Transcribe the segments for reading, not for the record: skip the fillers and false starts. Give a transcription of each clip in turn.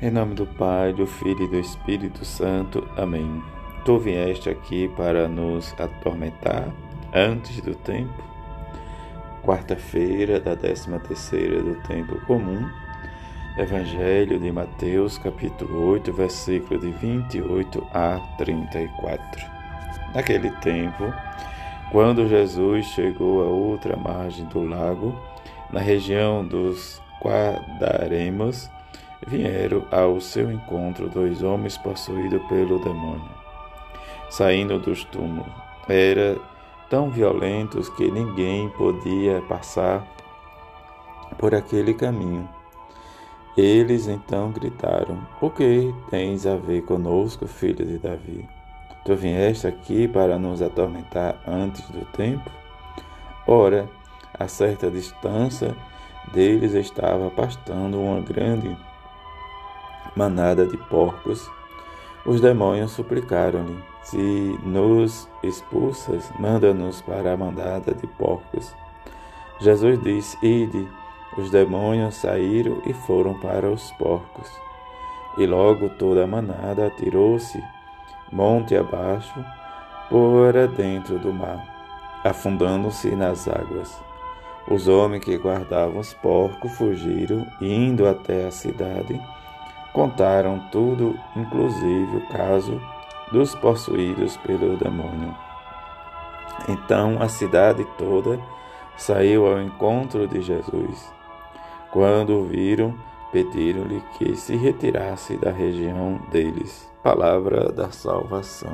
Em nome do Pai, do Filho e do Espírito Santo. Amém. Tu vieste aqui para nos atormentar antes do tempo. Quarta-feira da 13ª do tempo comum. Evangelho de Mateus, capítulo 8, versículo de 28 a 34. Naquele tempo, quando Jesus chegou à outra margem do lago, na região dos Gadaremos, vieram ao seu encontro 2 homens possuídos pelo demônio, saindo dos túmulos. Eram tão violentos que ninguém podia passar por aquele caminho. Eles então gritaram: "O que tens a ver conosco, filho de Davi? Tu vieste aqui para nos atormentar antes do tempo?" Ora, a certa distância deles estava pastando uma grande manada de porcos. Os demônios suplicaram-lhe: "Se nos expulsas, manda-nos para a manada de porcos." Jesus disse: "Ide." Os demônios saíram e foram para os porcos. E logo toda a manada atirou-se monte abaixo para dentro do mar, afundando-se nas águas. Os homens que guardavam os porcos fugiram e, indo até a cidade, contaram tudo, inclusive o caso dos possuídos pelo demônio. Então a cidade toda saiu ao encontro de Jesus. Quando o viram, pediram-lhe que se retirasse da região deles. Palavra da salvação.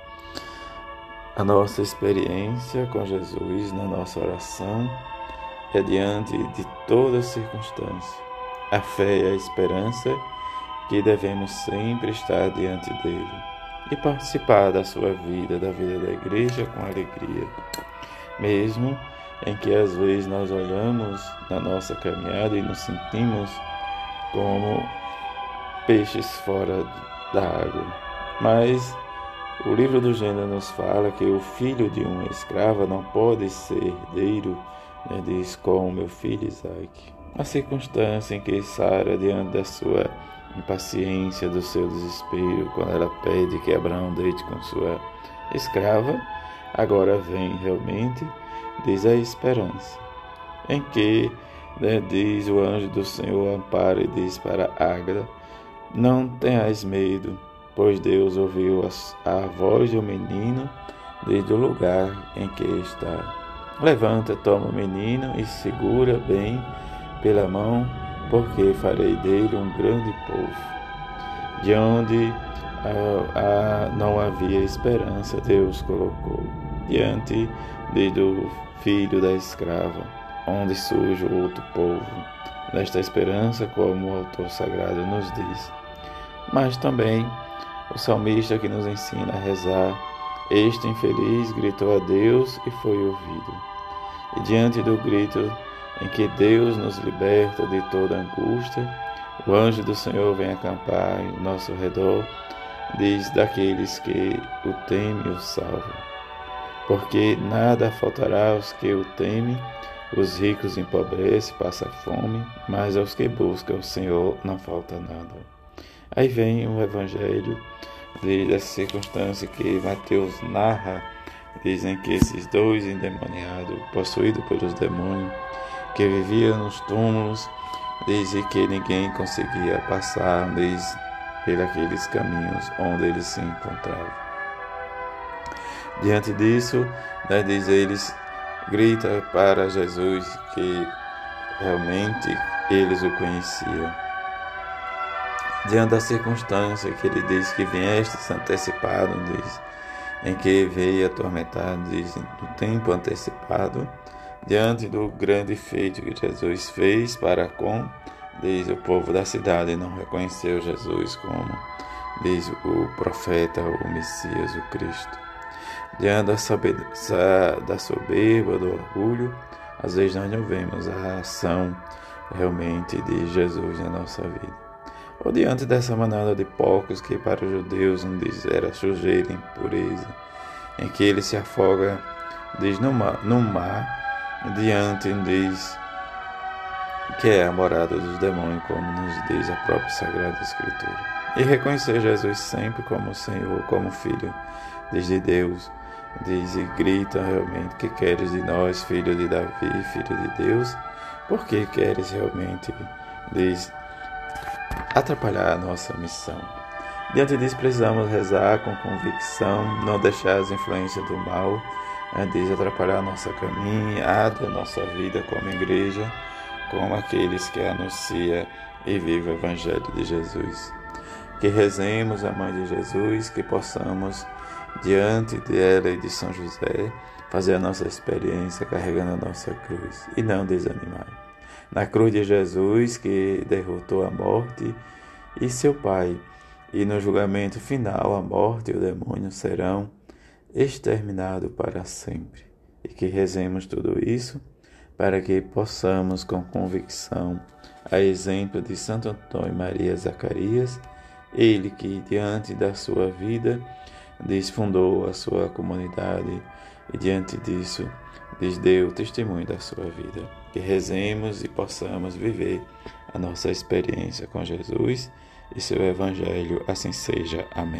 A nossa experiência com Jesus na nossa oração é diante de toda circunstância. A fé e a esperança que devemos sempre estar diante dele e participar da sua vida, da vida da igreja com alegria. Mesmo em que às vezes nós olhamos na nossa caminhada e nos sentimos como peixes fora da água. Mas o livro do Gênesis nos fala que o filho de uma escrava não pode ser herdeiro, diz, com o meu filho Isaac. A circunstância em que Sara, diante da sua impaciência, do seu desespero, quando ela pede que Abraão deite com sua escrava, agora vem realmente, diz, a esperança, em que, diz o anjo do Senhor ampara e diz para Ágara: "Não tenhas medo, pois Deus ouviu a voz do menino desde o lugar em que está. Levanta, toma o menino e segura bem pela mão, porque farei dele um grande povo." De onde não havia esperança, Deus colocou diante do filho da escrava, onde surge outro povo. Nesta esperança, como o autor sagrado nos diz. Mas também o salmista que nos ensina a rezar: "Este infeliz gritou a Deus e foi ouvido." E diante do grito em que Deus nos liberta de toda angústia, o anjo do Senhor vem acampar em nosso redor, diz, daqueles que o temem e o salvam. Porque nada faltará aos que o temem, os ricos empobrecem, passam fome, mas aos que buscam o Senhor não falta nada. Aí vem o Evangelho dessa circunstância que Mateus narra, dizem que esses 2 endemoniados, possuídos pelos demônios, que viviam nos túmulos, dizem que ninguém conseguia passar, diz, pelos caminhos onde eles se encontravam. Diante disso, diz, eles gritam para Jesus que realmente eles o conheciam. Diante da circunstância que ele diz que viestes antecipado, diz, em que veio atormentar, diz, no tempo antecipado, diante do grande feito que Jesus fez para com, diz, o povo da cidade não reconheceu Jesus como, diz, o profeta, o Messias, o Cristo. Diante da soberba, do orgulho, às vezes nós não vemos a ação realmente de Jesus na nossa vida. Ou diante dessa manada de porcos que para os judeus não diz era sujeira e impureza, em que ele se afoga, diz, no mar diante, diz, que é a morada dos demônios, como nos diz a própria Sagrada Escritura. E reconhecer Jesus sempre como Senhor, como Filho de Deus. Diz e grita realmente: que queres de nós, filho de Davi, filho de Deus? Porque queres realmente, diz, atrapalhar a nossa missão. Diante disso, precisamos rezar com convicção, não deixar as influências do mal, diz, atrapalhar a nossa caminhada, a nossa vida como igreja, como aqueles que anunciam e vivem o Evangelho de Jesus. Que rezemos a Mãe de Jesus, que possamos, diante dela e de São José, fazer a nossa experiência carregando a nossa cruz e não desanimar. Na cruz de Jesus, que derrotou a morte e seu Pai, e no julgamento final a morte e o demônio serão exterminados para sempre. E que rezemos tudo isso para que possamos, com convicção, a exemplo de Santo Antônio Maria Zacarias, ele que diante da sua vida fundou a sua comunidade e diante disso deu testemunho da sua vida. Que rezemos e possamos viver a nossa experiência com Jesus e seu Evangelho, assim seja. Amém.